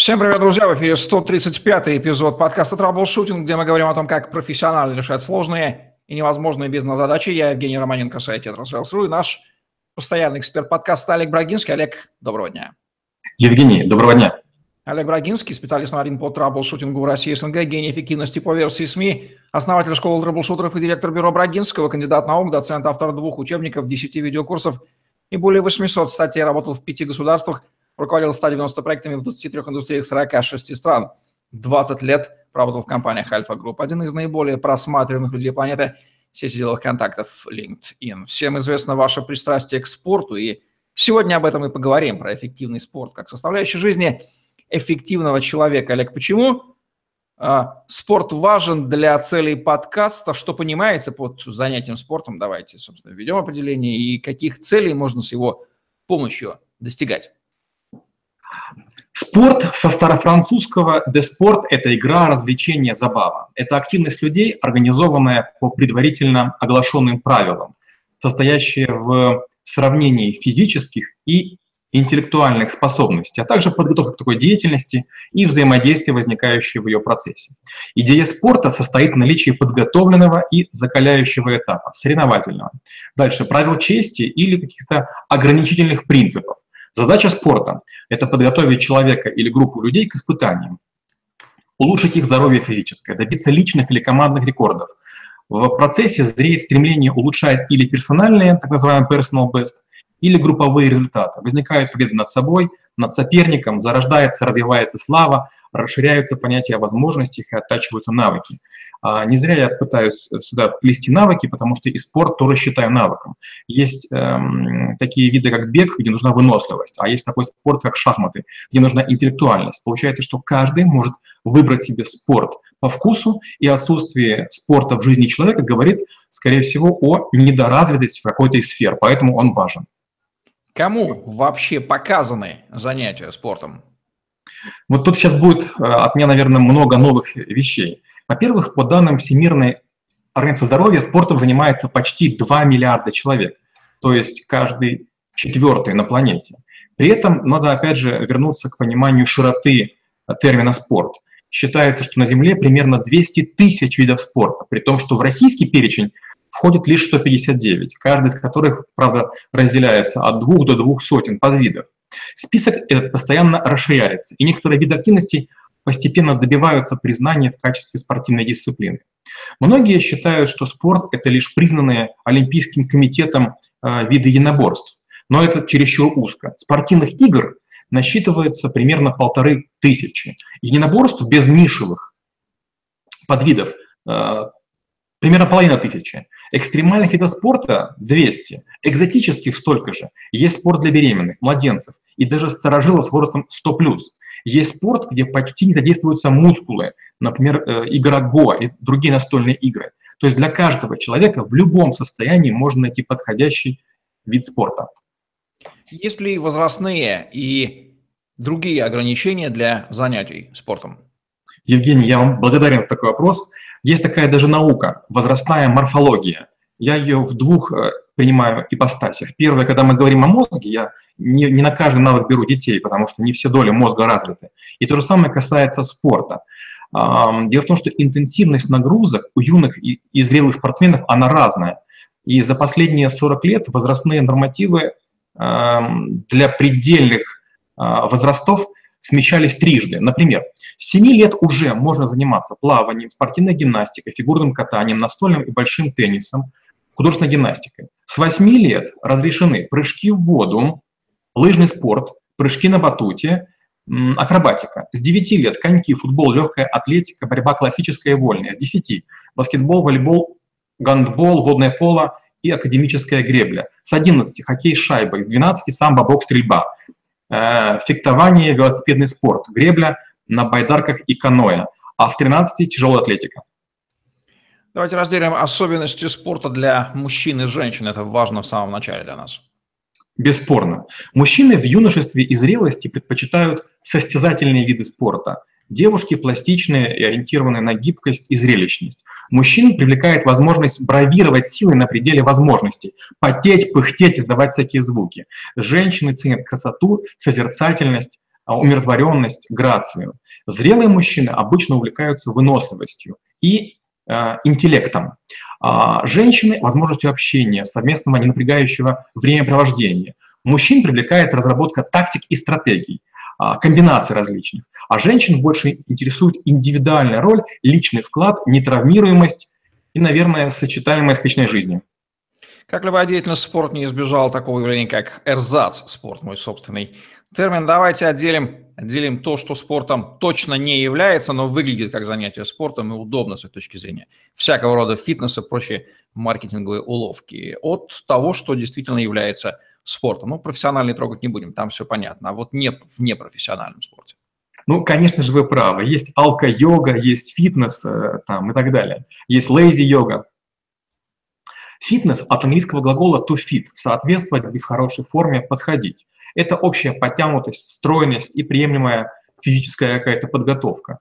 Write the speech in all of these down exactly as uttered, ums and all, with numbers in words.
Всем привет, друзья! В эфире сто тридцать пятый эпизод подкаста «Траблшутинг», где мы говорим о том, как профессионально решать сложные и невозможные бизнес-задачи. Я Евгений Романенко, сайт «Тетрасселс.ру», и наш постоянный эксперт подкаста Олег Брагинский. Олег, доброго дня. Евгений, доброго дня. Олег Брагинский, специалист номер один по траблшутингу в России и СНГ, гений эффективности по версии СМИ, основатель школы траблшутеров и директор бюро Брагинского, кандидат наук, доцент, автор двух учебников, десяти видеокурсов и более восьмисот статей, работал в пяти государствах, руководил ста девяноста проектами в двадцати трёх индустриях сорока шести стран. двадцать лет работал в компаниях Альфа Групп. Один из наиболее просматриваемых людей планеты – сеть деловых контактов LinkedIn. Всем известно ваше пристрастие к спорту, и сегодня об этом и поговорим, про эффективный спорт как составляющую жизни эффективного человека. Олег, почему а, спорт важен для целей подкаста? Что понимается под занятием спортом? Давайте, собственно, введем определение. И каких целей можно с его помощью достигать? Спорт со старофранцузского «de sport» – это игра, развлечение, забава. Это активность людей, организованная по предварительно оглашенным правилам, состоящая в сравнении физических и интеллектуальных способностей, а также подготовка к такой деятельности и взаимодействия, возникающие в ее процессе. Идея спорта состоит в наличии подготовленного и закаляющего этапа, соревновательного. Дальше правил чести или каких-то ограничительных принципов. Задача спорта – это подготовить человека или группу людей к испытаниям, улучшить их здоровье физическое, добиться личных или командных рекордов. В процессе зреет стремление улучшать или персональные, так называемые personal best, или групповые результаты. Возникает победа над собой, над соперником, зарождается, развивается слава, расширяются понятия о возможностях и оттачиваются навыки. А не зря я пытаюсь сюда вплести навыки, потому что и спорт тоже считаю навыком. Есть эм, такие виды, как бег, где нужна выносливость, а есть такой спорт, как шахматы, где нужна интеллектуальность. Получается, что каждый может выбрать себе спорт по вкусу, и отсутствие спорта в жизни человека говорит, скорее всего, о недоразвитости в какой-то из сфер, поэтому он важен. Кому вообще показаны занятия спортом? Вот тут сейчас будет от меня, наверное, много новых вещей. Во-первых, по данным Всемирной организации здоровья, спортом занимается почти два миллиарда человек, то есть каждый четвертый на планете. При этом надо, опять же, вернуться к пониманию широты термина «спорт». Считается, что на Земле примерно двести тысяч видов спорта, при том, что в российский перечень входит лишь сто пятьдесят девять, каждый из которых, правда, разделяется от двух до двух сотен подвидов. Список этот постоянно расширяется, и некоторые виды активностей постепенно добиваются признания в качестве спортивной дисциплины. Многие считают, что спорт – это лишь признанные Олимпийским комитетом э, виды единоборств, но это чересчур узко. Спортивных игр насчитывается примерно полторы тысячи. Единоборств без нишевых подвидов э, примерно половина тысячи. Экстремальных видов спорта двести, экзотических столько же. Есть спорт для беременных, младенцев и даже старожилов с возрастом сто плюс. Есть спорт, где почти не задействуются мускулы, например, игра Го и другие настольные игры. То есть для каждого человека в любом состоянии можно найти подходящий вид спорта. Есть ли возрастные и другие ограничения для занятий спортом? Евгений, я вам благодарен за такой вопрос. Есть такая даже наука, возрастная морфология. Я ее в двух э, принимаю ипостасях. Первое, когда мы говорим о мозге, я не, не на каждый навык беру детей, потому что не все доли мозга развиты. И то же самое касается спорта. Эм, дело в том, что интенсивность нагрузок у юных и, и зрелых спортсменов, она разная. И за последние сорок лет возрастные нормативы эм, для предельных э, возрастов смещались трижды. Например, с семи лет уже можно заниматься плаванием, спортивной гимнастикой, фигурным катанием, настольным и большим теннисом, художественной гимнастикой. С восьми лет разрешены прыжки в воду, лыжный спорт, прыжки на батуте, акробатика. С девяти лет коньки, футбол, легкая атлетика, борьба классическая и вольная. С десяти баскетбол, волейбол, гандбол, водное поло и академическая гребля. С одиннадцати хоккей с шайбой. С двенадцати самбо, бокс, стрельба. Фехтование, велосипедный спорт, гребля на байдарках и каноэ, а с тринадцати тяжелая атлетика. Давайте разделим особенности спорта для мужчин и женщин. Это важно в самом начале для нас. Бесспорно. Мужчины в юношестве и зрелости предпочитают состязательные виды спорта. Девушки пластичные и ориентированные на гибкость и зрелищность. Мужчин привлекает возможность бравировать силой на пределе возможностей, потеть, пыхтеть, издавать всякие звуки. Женщины ценят красоту, созерцательность, умиротворенность, грацию. Зрелые мужчины обычно увлекаются выносливостью и э, интеллектом. А женщины – возможностью общения, совместного ненапрягающего времяпровождения. Мужчин привлекает разработка тактик и стратегий, комбинаций различных. А женщин больше интересует индивидуальная роль, личный вклад, нетравмируемость и, наверное, сочетаемость с личной жизнью. Как любая деятельность, спорт не избежал такого явления, как эрзац, спорт, мой собственный термин. Давайте отделим, отделим то, что спортом точно не является, но выглядит как занятие спортом и удобно с этой точки зрения. Всякого рода фитнес и прочие маркетинговые уловки. От того, что действительно является спортом. Ну, профессиональный трогать не будем, там все понятно. А вот не в непрофессиональном спорте. Ну, конечно же, вы правы. Есть алко-йога, есть фитнес там, и так далее. Есть лейзи-йога. Фитнес от английского глагола to fit – соответствовать и в хорошей форме подходить. Это общая подтянутость, стройность и приемлемая физическая какая-то подготовка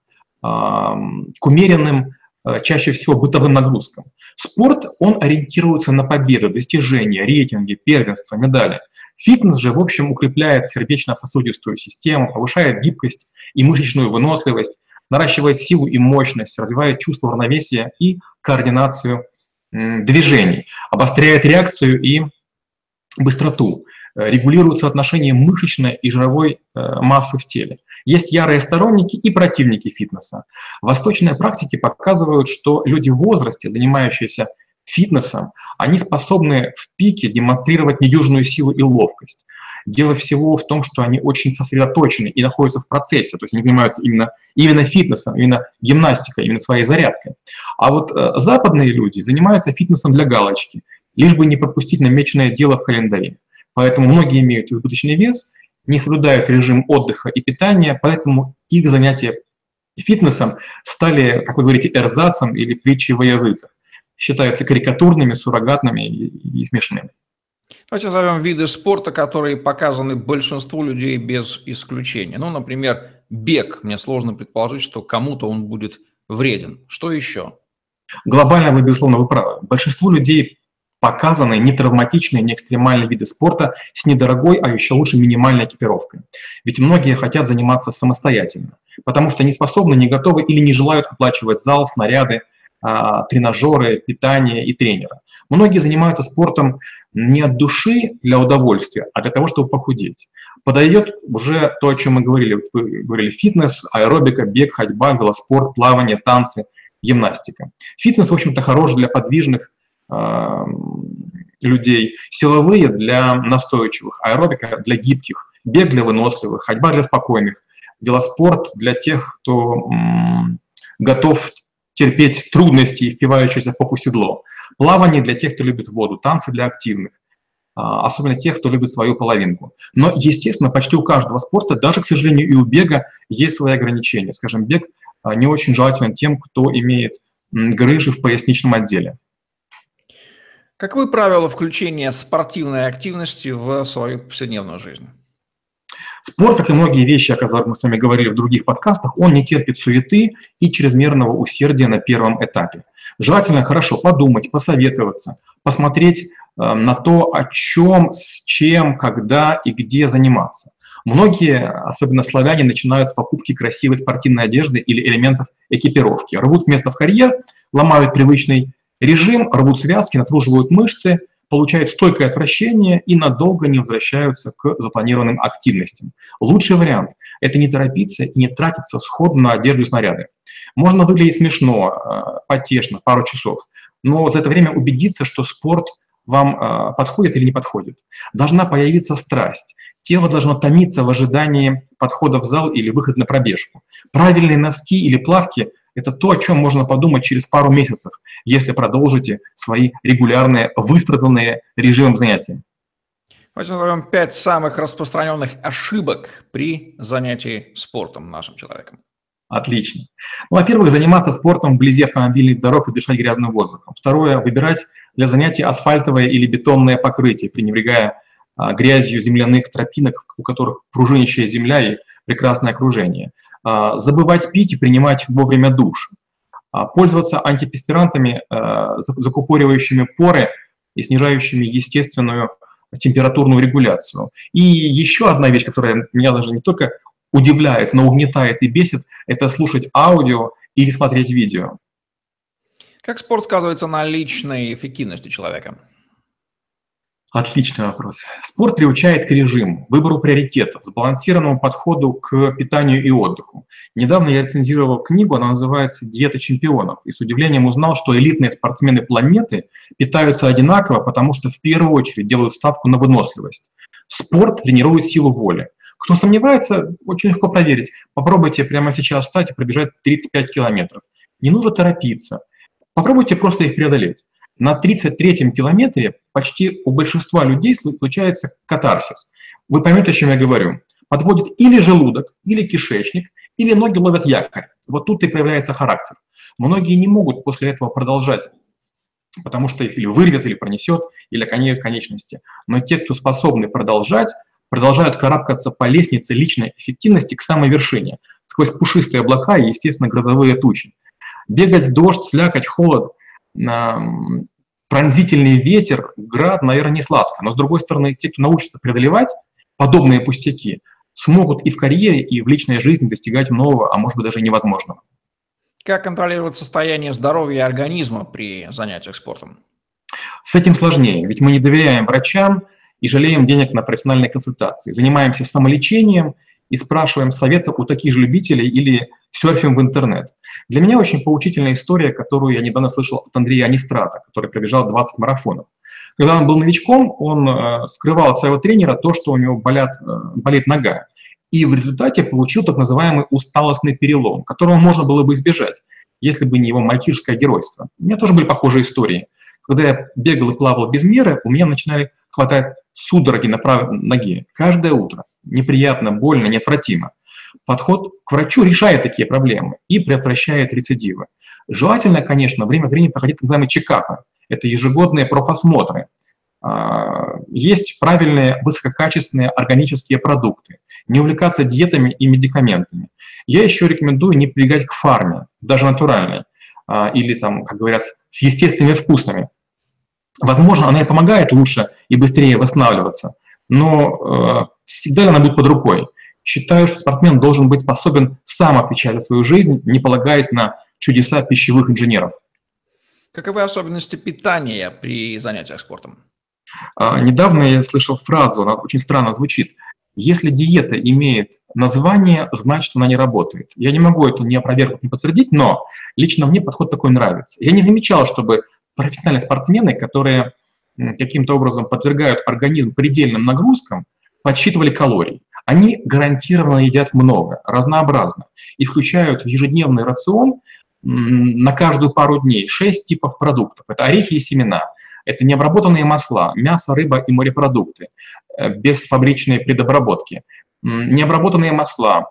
к умеренным, чаще всего бытовым нагрузкам. Спорт, он ориентируется на победы, достижения, рейтинги, первенства, медали. Фитнес же, в общем, укрепляет сердечно-сосудистую систему, повышает гибкость и мышечную выносливость, наращивает силу и мощность, развивает чувство равновесия и координацию движений, обостряет реакцию и быстроту, регулирует соотношение мышечной и жировой массы в теле. Есть ярые сторонники и противники фитнеса. Восточные практики показывают, что люди в возрасте, занимающиеся фитнесом, они способны в пике демонстрировать недюжинную силу и ловкость. Дело всего в том, что они очень сосредоточены и находятся в процессе, то есть они занимаются именно, именно фитнесом, именно гимнастикой, именно своей зарядкой. А вот э, западные люди занимаются фитнесом для галочки, лишь бы не пропустить намеченное дело в календаре. Поэтому многие имеют избыточный вес, не соблюдают режим отдыха и питания, поэтому их занятия фитнесом стали, как вы говорите, эрзацем или притчей во языцах. Считаются карикатурными, суррогатными и, и смешными. Давайте назовем виды спорта, которые показаны большинству людей без исключения. Ну, например, бег. Мне сложно предположить, что кому-то он будет вреден. Что еще? Глобально вы, безусловно, вы правы. Большинству людей показаны нетравматичные, неэкстремальные виды спорта с недорогой, а еще лучше минимальной экипировкой. Ведь многие хотят заниматься самостоятельно, потому что не способны, не готовы или не желают оплачивать зал, снаряды, тренажеры, питание и тренера. Многие занимаются спортом не от души для удовольствия, а для того, чтобы похудеть. Подойдет уже то, о чем мы говорили. Вы говорили: фитнес, аэробика, бег, ходьба, велоспорт, плавание, танцы, гимнастика. Фитнес, в общем-то, хорош для подвижных э, людей, силовые для настойчивых, аэробика для гибких, бег для выносливых, ходьба для спокойных, велоспорт для тех, кто м, готов терпеть трудности и впивающиеся в попу седло. Плавание для тех, кто любит воду, танцы для активных, особенно тех, кто любит свою половинку. Но, естественно, почти у каждого спорта, даже, к сожалению, и у бега есть свои ограничения. Скажем, бег не очень желателен тем, кто имеет грыжи в поясничном отделе. Каковы правила включения спортивной активности в свою повседневную жизнь? Спорт, как и многие вещи, о которых мы с вами говорили в других подкастах, он не терпит суеты и чрезмерного усердия на первом этапе. Желательно хорошо подумать, посоветоваться, посмотреть э, на то, о чем, с чем, когда и где заниматься. Многие, особенно славяне, начинают с покупки красивой спортивной одежды или элементов экипировки. Рвут с места в карьер, ломают привычный режим, рвут связки, натруживают мышцы, получают стойкое отвращение и надолго не возвращаются к запланированным активностям. Лучший вариант – это не торопиться и не тратиться сходу на одежду и снаряды. Можно выглядеть смешно, потешно, пару часов, но за это время убедиться, что спорт вам подходит или не подходит. Должна появиться страсть. Тело должно томиться в ожидании подхода в зал или выхода на пробежку. Правильные носки или плавки – это то, о чем можно подумать через пару месяцев, если продолжите свои регулярные, выстраданные режимом занятия. Давайте назовем пять самых распространенных ошибок при занятии спортом нашим человеком. Отлично. Ну, во-первых, заниматься спортом вблизи автомобильных дорог и дышать грязным воздухом. Второе, выбирать для занятий асфальтовое или бетонное покрытие, пренебрегая а, грязью земляных тропинок, у которых пружинищая земля и прекрасное окружение. А, забывать пить и принимать вовремя душ. А, пользоваться антиперспирантами, а, закупоривающими поры и снижающими естественную температурную регуляцию. И еще одна вещь, которая меня даже не только удивляет, но угнетает и бесит, это слушать аудио или смотреть видео. Как спорт сказывается на личной эффективности человека? Отличный вопрос. Спорт приучает к режиму, выбору приоритетов, сбалансированному подходу к питанию и отдыху. Недавно я рецензировал книгу, она называется «Диета чемпионов», и с удивлением узнал, что элитные спортсмены планеты питаются одинаково, потому что в первую очередь делают ставку на выносливость. Спорт тренирует силу воли. Кто сомневается, очень легко проверить. Попробуйте прямо сейчас встать и пробежать тридцать пять километров. Не нужно торопиться. Попробуйте просто их преодолеть. На тридцать третьем километре почти у большинства людей случается катарсис. Вы поймете, о чем я говорю. Подводит или желудок, или кишечник, или ноги ловят якорь. Вот тут и проявляется характер. Многие не могут после этого продолжать, потому что их или вырвет, или пронесет, или конец конечности. Но те, кто способны продолжать, продолжают карабкаться по лестнице личной эффективности к самой вершине, сквозь пушистые облака и, естественно, грозовые тучи. Бегать в дождь, слякоть, холод, пронзительный ветер, град, наверное, не сладко. Но, с другой стороны, те, кто научится преодолевать подобные пустяки, смогут и в карьере, и в личной жизни достигать нового, а может быть даже невозможного. Как контролировать состояние здоровья организма при занятиях спортом? С этим сложнее, ведь мы не доверяем врачам и жалеем денег на профессиональные консультации. Занимаемся самолечением и спрашиваем совета у таких же любителей или серфим в интернет. Для меня очень поучительная история, которую я недавно слышал от Андрея Анистрата, который пробежал двадцать марафонов. Когда он был новичком, он э, скрывал от своего тренера то, что у него болят, э, болит нога. И в результате получил так называемый усталостный перелом, которого можно было бы избежать, если бы не его мальчишеское геройство. У меня тоже были похожие истории. Когда я бегал и плавал без меры, у меня начинали хватать судороги на правой ноге каждое утро. Неприятно, больно, неотвратимо. Подход к врачу решает такие проблемы и предотвращает рецидивы. Желательно, конечно, время от времени проходить так называемые чекапы. Это ежегодные профосмотры. Есть правильные, высококачественные органические продукты. Не увлекаться диетами и медикаментами. Я еще рекомендую не прибегать к фарме, даже натуральной, или, там, как говорят, с естественными вкусами. Возможно, она и помогает лучше и быстрее восстанавливаться, но э, всегда она будет под рукой. Считаю, что спортсмен должен быть способен сам отвечать за свою жизнь, не полагаясь на чудеса пищевых инженеров. Каковы особенности питания при занятиях спортом? А, недавно я слышал фразу, она очень странно звучит. Если диета имеет название, значит, она не работает. Я не могу это ни опровергнуть, ни подтвердить, но лично мне подход такой нравится. Я не замечал, чтобы профессиональные спортсмены, которые каким-то образом подвергают организм предельным нагрузкам, подсчитывали калорий. Они гарантированно едят много, разнообразно, и включают в ежедневный рацион на каждую пару дней шесть типов продуктов. Это орехи и семена, это необработанные масла, мясо, рыба и морепродукты, без фабричной предобработки, необработанные масла,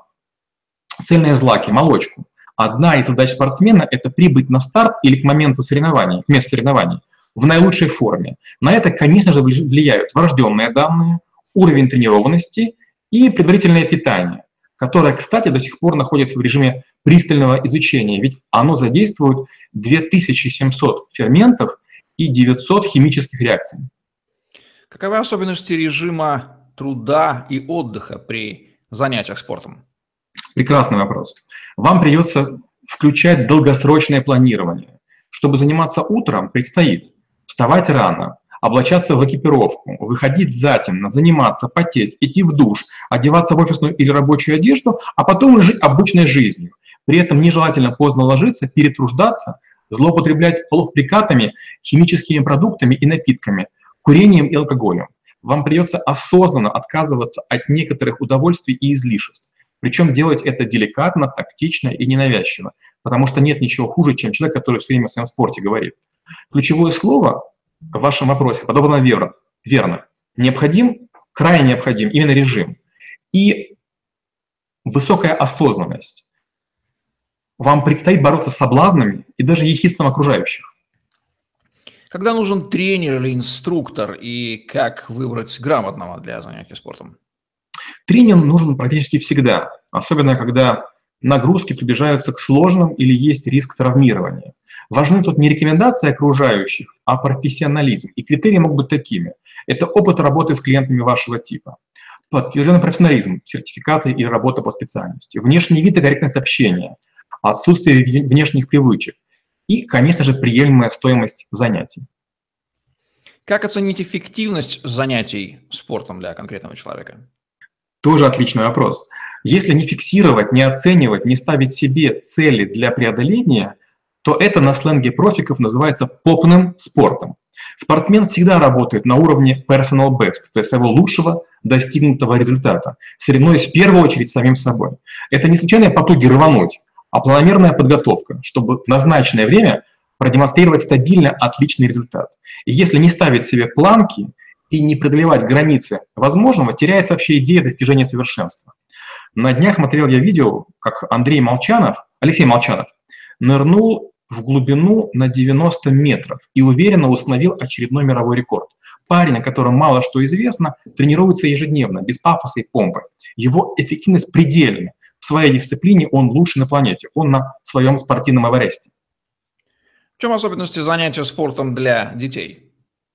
цельные злаки, молочку. Одна из задач спортсмена – это прибыть на старт или к моменту соревнований, к месту соревнований, в наилучшей форме. На это, конечно же, влияют врожденные данные, уровень тренированности и предварительное питание, которое, кстати, до сих пор находится в режиме пристального изучения, ведь оно задействует две тысячи семьсот ферментов и девятьсот химических реакций. Каковы особенности режима труда и отдыха при занятиях спортом? Прекрасный вопрос. Вам придется включать долгосрочное планирование. Чтобы заниматься утром, предстоит вставать рано, облачаться в экипировку, выходить затемно, заниматься, потеть, идти в душ, одеваться в офисную или рабочую одежду, а потом жить обычной жизнью. При этом нежелательно поздно ложиться, перетруждаться, злоупотреблять полуфабрикатами, химическими продуктами и напитками, курением и алкоголем. Вам придется осознанно отказываться от некоторых удовольствий и излишеств. Причем делать это деликатно, тактично и ненавязчиво, потому что нет ничего хуже, чем человек, который все время о своем спорте говорит. Ключевое слово в вашем вопросе подобрано верно. верно. Необходим, крайне необходим именно режим и высокая осознанность. Вам предстоит бороться с соблазнами и даже ехидством окружающих. Когда нужен тренер или инструктор, и как выбрать грамотного для занятий спортом? Тренер нужен практически всегда, особенно когда нагрузки приближаются к сложным или есть риск травмирования. Важны тут не рекомендации окружающих, а профессионализм. И критерии могут быть такими. Это опыт работы с клиентами вашего типа, подтвержденный профессионализм, сертификаты и работа по специальности, внешний вид и корректность общения, отсутствие внешних привычек и, конечно же, приемлемая стоимость занятий. Как оценить эффективность занятий спортом для конкретного человека? Тоже отличный вопрос. Если не фиксировать, не оценивать, не ставить себе цели для преодоления, то это на сленге профиков называется попным спортом. Спортсмен всегда работает на уровне personal best, то есть своего лучшего достигнутого результата, соревнуясь в первую очередь с самим собой. Это не случайные потуги рвануть, а планомерная подготовка, чтобы в назначенное время продемонстрировать стабильно отличный результат. И если не ставить себе планки и не преодолевать границы возможного, теряется вообще идея достижения совершенства. На днях смотрел я видео, как Андрей Молчанов, Алексей Молчанов нырнул в глубину на девяносто метров и уверенно установил очередной мировой рекорд. Парень, о котором мало что известно, тренируется ежедневно, без пафоса и помпы. Его эффективность предельна. В своей дисциплине он лучший на планете, он на своем спортивном эвересте. В чем особенности занятия спортом для детей?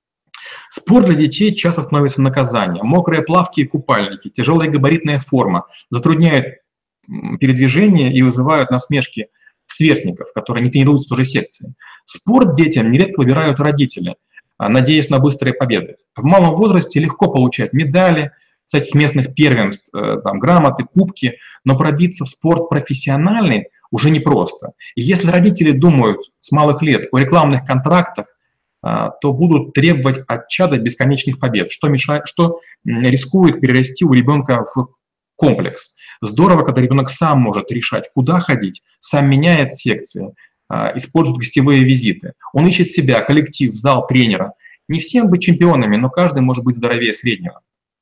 Спорт для детей часто становится наказанием. Мокрые плавки и купальники, тяжелая габаритная форма затрудняют передвижение и вызывают насмешки сверстников, которые не тренируются в той же секции. Спорт детям нередко выбирают родители, надеясь на быстрые победы. В малом возрасте легко получать медали, всяких местных первенств, там, грамоты, кубки, но пробиться в спорт профессиональный уже непросто. И если родители думают с малых лет о рекламных контрактах, то будут требовать от чада бесконечных побед, что, мешает, что рискует перерасти у ребенка в комплекс. Здорово, когда ребенок сам может решать, куда ходить, сам меняет секции, использует гостевые визиты. Он ищет себя, коллектив, зал, тренера. Не всем быть чемпионами, но каждый может быть здоровее среднего.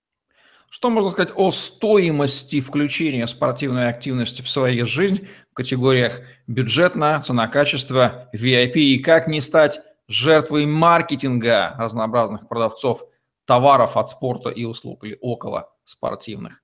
Что можно сказать о стоимости включения спортивной активности в свою жизнь в категориях бюджетно, цена-качество, ви ай пи и как не стать жертвой маркетинга разнообразных продавцов товаров от спорта и услуг или около спортивных?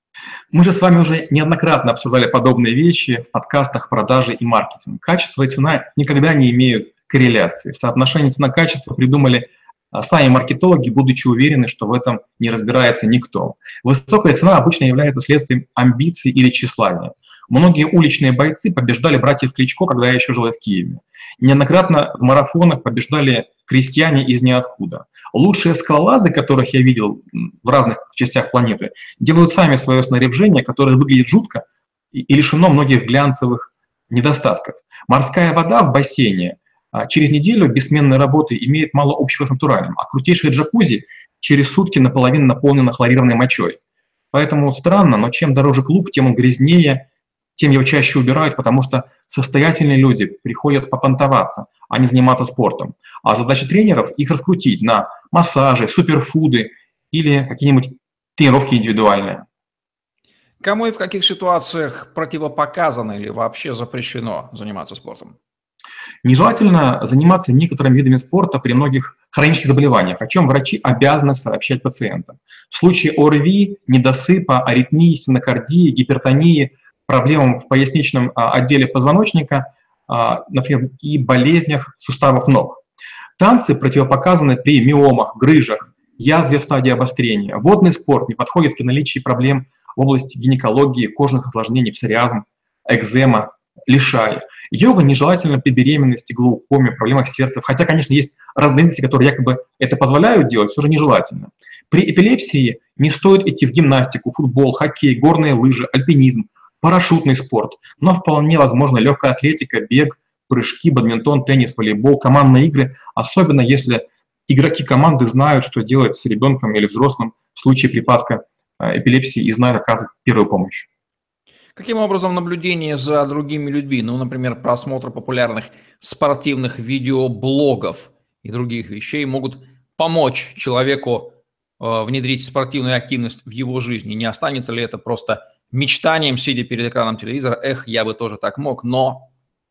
Мы же с вами уже неоднократно обсуждали подобные вещи в подкастах «Продажи и маркетинг». Качество и цена никогда не имеют корреляции. Соотношение цена-качество придумали сами маркетологи, будучи уверены, что в этом не разбирается никто. Высокая цена обычно является следствием амбиций или тщеславия. Многие уличные бойцы побеждали братьев Кличко, когда я еще жил в Киеве. Неоднократно в марафонах побеждали крестьяне из ниоткуда. Лучшие скалолазы, которых я видел в разных частях планеты, делают сами свое снаряжение, которое выглядит жутко и лишено многих глянцевых недостатков. Морская вода в бассейне через неделю бессменной работы имеет мало общего с натуральным, а крутейшее джакузи через сутки наполовину наполнено хлорированной мочой. Поэтому странно, но чем дороже клуб, тем он грязнее, тем его чаще убирают, потому что состоятельные люди приходят попонтоваться, а не заниматься спортом. А задача тренеров – их раскрутить на массажи, суперфуды или какие-нибудь тренировки индивидуальные. Кому и в каких ситуациях противопоказано или вообще запрещено заниматься спортом? Нежелательно заниматься некоторыми видами спорта при многих хронических заболеваниях, о чем врачи обязаны сообщать пациентам. В случае ОРВИ, недосыпа, аритмии, стенокардии, гипертонии, проблемам в поясничном отделе позвоночника, например, и болезнях суставов ног. Танцы противопоказаны при миомах, грыжах, язве в стадии обострения. Водный спорт не подходит при наличии проблем в области гинекологии, кожных осложнений, псориазм, экзема, лишай. Йога нежелательна при беременности, глаукоме, проблемах сердца. Хотя, конечно, есть разновидности, которые якобы это позволяют делать, все же нежелательно. При эпилепсии не стоит идти в гимнастику, футбол, хоккей, горные лыжи, альпинизм, парашютный спорт. Но вполне возможно легкая атлетика, бег, прыжки, бадминтон, теннис, волейбол, командные игры, особенно если игроки команды знают, что делать с ребенком или взрослым в случае припадка эпилепсии и знают оказывать первую помощь. Каким образом наблюдение за другими людьми, ну, например, просмотр популярных спортивных видеоблогов и других вещей могут помочь человеку э, внедрить спортивную активность в его жизни? Не останется ли это просто мечтанием, сидя перед экраном телевизора, эх, я бы тоже так мог, но...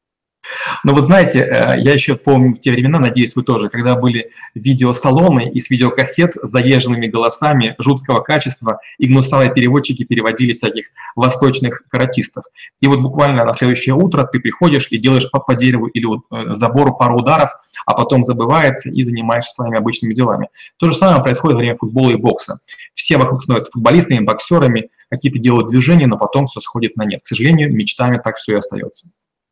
Но вот знаете, э, я еще помню те времена, надеюсь, вы тоже, когда были видеосалоны из видеокассет с заезженными голосами жуткого качества, и гнусавые переводчики переводили всяких восточных каратистов. И вот буквально на следующее утро ты приходишь и делаешь по, по дереву или вот, э, забору пару ударов, а потом забывается и занимаешься своими обычными делами. То же самое происходит во время футбола и бокса. Все вокруг становятся футболистами, боксерами, какие-то делают движения, но потом все сходит на нет. К сожалению, мечтами так все и остается.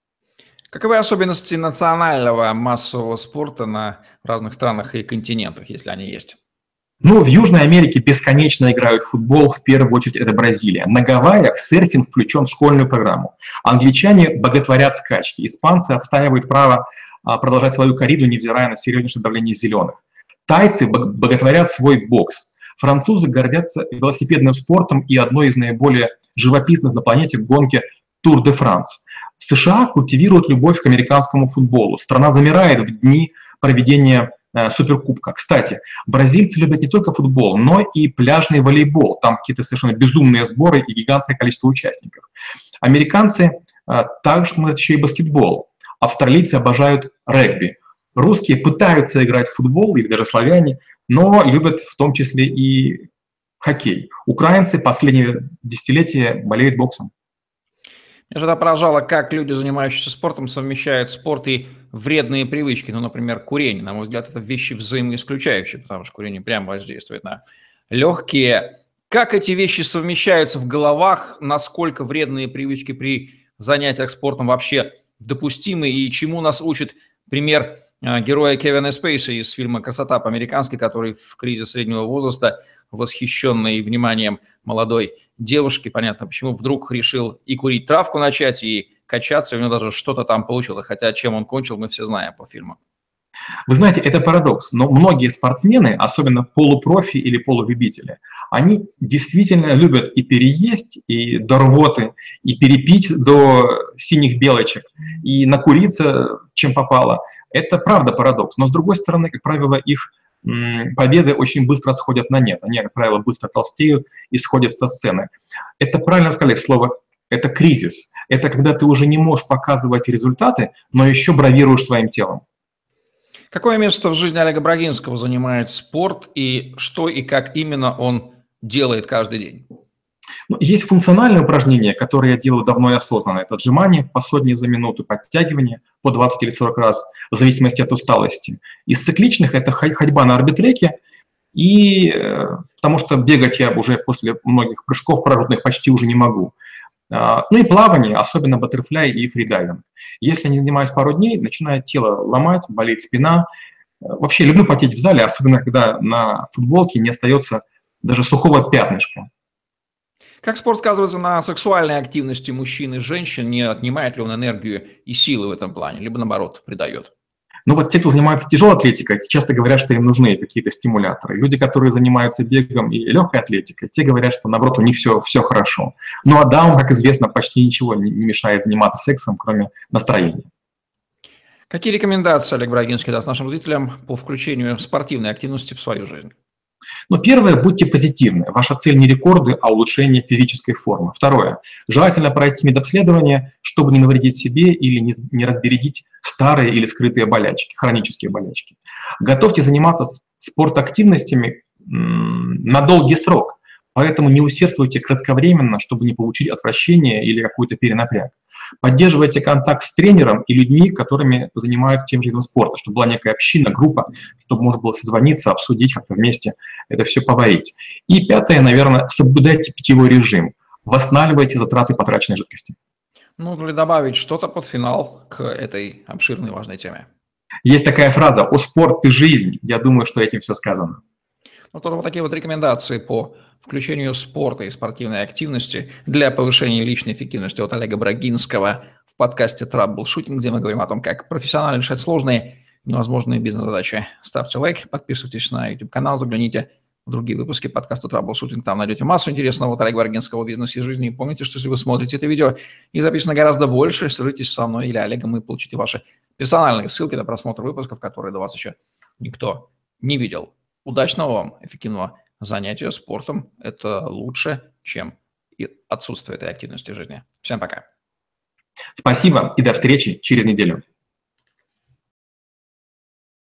Каковы особенности национального массового спорта на разных странах и континентах, если они есть? Ну, в Южной Америке бесконечно играют в футбол, в первую очередь это Бразилия. На Гавайях серфинг включен в школьную программу. Англичане боготворят скачки, испанцы отстаивают право а, продолжать свою корриду, невзирая на сегодняшнее давление зеленых. Тайцы боготворят свой бокс. Французы гордятся велосипедным спортом и одной из наиболее живописных на планете гонки Тур де Франс. США культивируют любовь к американскому футболу. Страна замирает в дни проведения э, Суперкубка. Кстати, бразильцы любят не только футбол, но и пляжный волейбол. Там какие-то совершенно безумные сборы и гигантское количество участников. Американцы э, также смотрят еще и баскетбол. Австралийцы обожают регби. Русские пытаются играть в футбол, или даже славяне, но любят в том числе и хоккей. Украинцы последние десятилетия болеют боксом. Меня всегда поражало, как люди, занимающиеся спортом, совмещают спорт и вредные привычки. Ну, например, курение. На мой взгляд, это вещи взаимоисключающие, потому что курение прямо воздействует на легкие. Как эти вещи совмещаются в головах? Насколько вредные привычки при занятиях спортом вообще допустимы? И чему нас учит пример героя Кевина Спейси из фильма «Красота по-американски», который в кризис среднего возраста, восхищенный вниманием молодой девушки, понятно, почему вдруг решил и курить травку начать, и качаться, и у него даже что-то там получилось, хотя чем он кончил, мы все знаем по фильму. Вы знаете, это парадокс, но многие спортсмены, особенно полупрофи или полулюбители, они действительно любят и переесть, и до рвоты, и перепить до синих белочек, и накуриться, чем попало. Это правда парадокс, но с другой стороны, как правило, их победы очень быстро сходят на нет. Они, как правило, быстро толстеют и сходят со сцены. Это правильно сказали слово, это кризис. Это когда ты уже не можешь показывать результаты, но еще бравируешь своим телом. Какое место в жизни Олега Брагинского занимает спорт, и что и как именно он делает каждый день? Ну, есть функциональные упражнения, которые я делаю давно и осознанно. Это отжимания по сотне за минуту, подтягивания по двадцать или сорок раз, в зависимости от усталости. Из цикличных это ходьба на орбитреке, и, э, потому что бегать я уже после многих прыжков прорудных почти уже не могу. А, ну и плавание, особенно баттерфляй и фридайвинг. Если не занимаюсь пару дней, начинает тело ломать, болит спина. Вообще люблю потеть в зале, особенно когда на футболке не остается даже сухого пятнышка. Как спорт сказывается на сексуальной активности мужчин и женщин? Не отнимает ли он энергию и силы в этом плане, либо наоборот придает? Ну вот те, кто занимается тяжелой атлетикой, часто говорят, что им нужны какие-то стимуляторы. Люди, которые занимаются бегом и легкой атлетикой, те говорят, что наоборот у них все, все хорошо. Ну а дамам, как известно, почти ничего не мешает заниматься сексом, кроме настроения. Какие рекомендации Олег Брагинский даст нашим зрителям по включению спортивной активности в свою жизнь? Ну, первое, будьте позитивны. Ваша цель не рекорды, а улучшение физической формы. Второе, желательно пройти медобследование, чтобы не навредить себе или не, не разбередить старые или скрытые болячки, хронические болячки. Готовьте заниматься спортактивностями на долгий срок, поэтому не усердствуйте кратковременно, чтобы не получить отвращение или какой-то перенапряг. Поддерживайте контакт с тренером и людьми, которыми занимаются тем же видом спорта, чтобы была некая община, группа, чтобы можно было созвониться, обсудить как-то вместе, это все поварить. И пятое, наверное, соблюдайте питьевой режим, восстанавливайте затраты потраченной жидкости. Нужно ли добавить что-то под финал к этой обширной важной теме? Есть такая фраза «О спорт, ты жизнь». Я думаю, что этим все сказано. Ну, то вот такие вот рекомендации по включению спорта и спортивной активности для повышения личной эффективности от Олега Брагинского в подкасте «Траблшутинг», где мы говорим о том, как профессионально решать сложные, невозможные бизнес-задачи. Ставьте лайк, подписывайтесь на YouTube-канал, загляните в другие выпуски подкаста «Траблшутинг». Там найдете массу интересного от Олега Брагинского бизнеса и жизни. И помните, что если вы смотрите это видео и записано гораздо больше, свяжитесь со мной или Олегом и получите ваши персональные ссылки на просмотр выпусков, которые до вас еще никто не видел. Удачного вам, эффективного занятия спортом. Это лучше, чем и отсутствие этой активности в жизни. Всем пока. Спасибо и до встречи через неделю.